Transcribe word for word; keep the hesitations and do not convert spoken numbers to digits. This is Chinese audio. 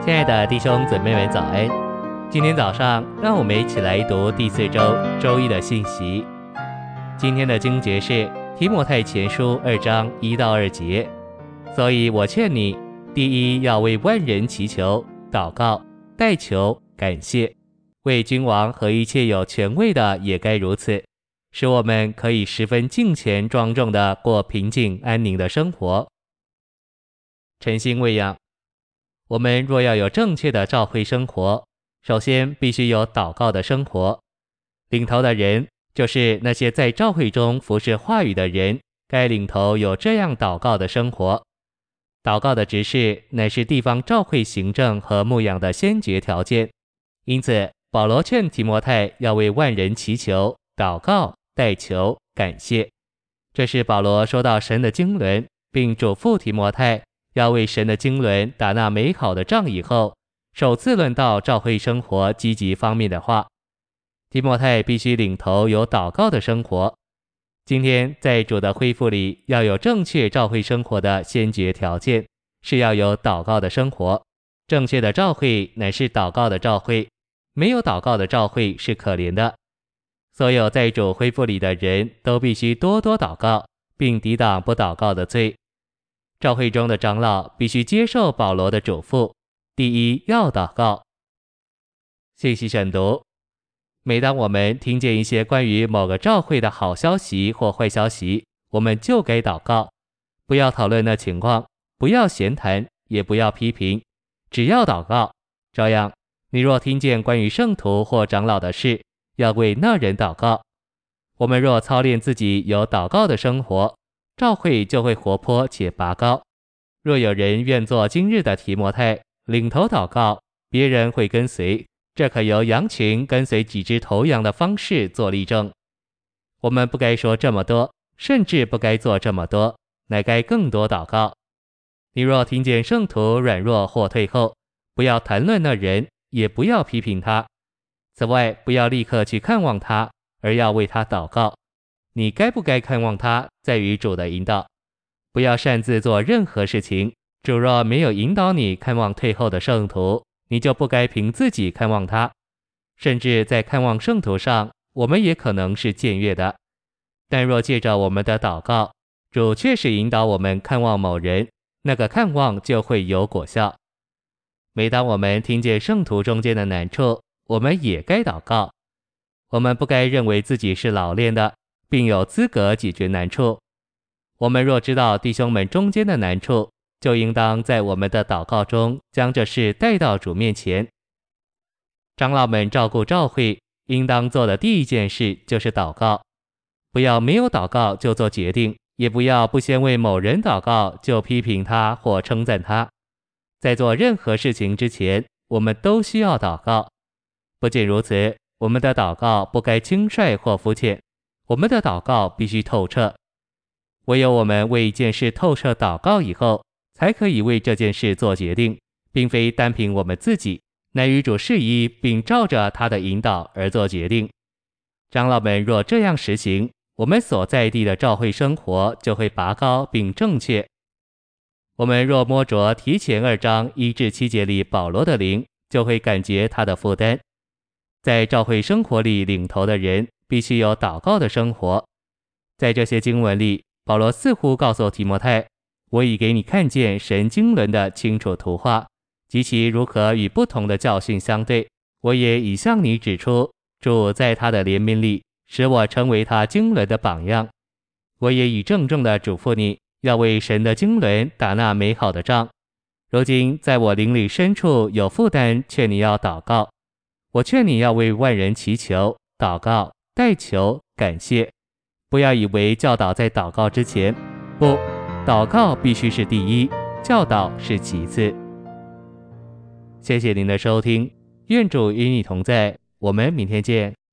亲爱的弟兄姊妹们早安，今天早上让我们一起来读第四周周一的信息。今天的经节是提摩太前书二章一到二节，所以我劝你，第一要为万人祈求、祷告、代求、感谢，为君王和一切有权位的也该如此，使我们可以十分敬虔庄重地过平静安宁的生活。诚心喂养，我们若要有正确的教会生活，首先必须有祷告的生活。领头的人，就是那些在教会中服侍话语的人，该领头有这样祷告的生活。祷告的执事乃是地方教会行政和牧养的先决条件，因此保罗劝提摩太要为万人祈求、祷告、代求、感谢。这是保罗说到神的经纶，并嘱咐提摩太要为神的经纶打那美好的仗以后，首次论到教会生活积极方面的话。提摩太必须领头有祷告的生活。今天在主的恢复里，要有正确教会生活的先决条件，是要有祷告的生活。正确的教会乃是祷告的教会，没有祷告的教会是可怜的。所有在主恢复里的人都必须多多祷告，并抵挡不祷告的罪。教会中的长老必须接受保罗的嘱咐，第一要祷告。信息选读，每当我们听见一些关于某个教会的好消息或坏消息，我们就该祷告，不要讨论那情况，不要闲谈，也不要批评，只要祷告。这样，你若听见关于圣徒或长老的事，要为那人祷告。我们若操练自己有祷告的生活，教会就会活泼且拔高。若有人愿做今日的提摩太，领头祷告，别人会跟随，这可由羊群跟随几只头羊的方式做例证。我们不该说这么多，甚至不该做这么多，乃该更多祷告。你若听见圣徒软弱或退后，不要谈论那人，也不要批评他。此外，不要立刻去看望他，而要为他祷告。你该不该看望他，在于主的引导。不要擅自做任何事情，主若没有引导你看望退后的圣徒，你就不该凭自己看望他。甚至在看望圣徒上，我们也可能是僭越的。但若借着我们的祷告，主确实引导我们看望某人，那个看望就会有果效。每当我们听见圣徒中间的难处，我们也该祷告。我们不该认为自己是老练的，并有资格解决难处。我们若知道弟兄们中间的难处，就应当在我们的祷告中将这事带到主面前。长老们照顾教会，应当做的第一件事就是祷告。不要没有祷告就做决定，也不要不先为某人祷告就批评他或称赞他。在做任何事情之前，我们都需要祷告。不仅如此，我们的祷告不该轻率或肤浅，我们的祷告必须透彻。唯有我们为一件事透彻祷告以后，才可以为这件事做决定，并非单凭我们自己，乃与主示意，并照着他的引导而做决定。长老们若这样实行，我们所在地的教会生活就会拔高并正确。我们若摸着提前二章一至七节里保罗的灵，就会感觉他的负担。在教会生活里领头的人必须有祷告的生活。在这些经文里，保罗似乎告诉提摩太，我已给你看见神经纶的清楚图画，及其如何与不同的教训相对。我也已向你指出，主在他的怜悯里使我成为他经纶的榜样。我也已郑重地嘱咐你，要为神的经纶打那美好的仗。如今在我灵里深处有负担，劝你要祷告。我劝你要为万人祈求、祷告、代求、感谢。不要以为教导在祷告之前，不，祷告必须是第一，教导是其次。谢谢您的收听，愿主与你同在，我们明天见。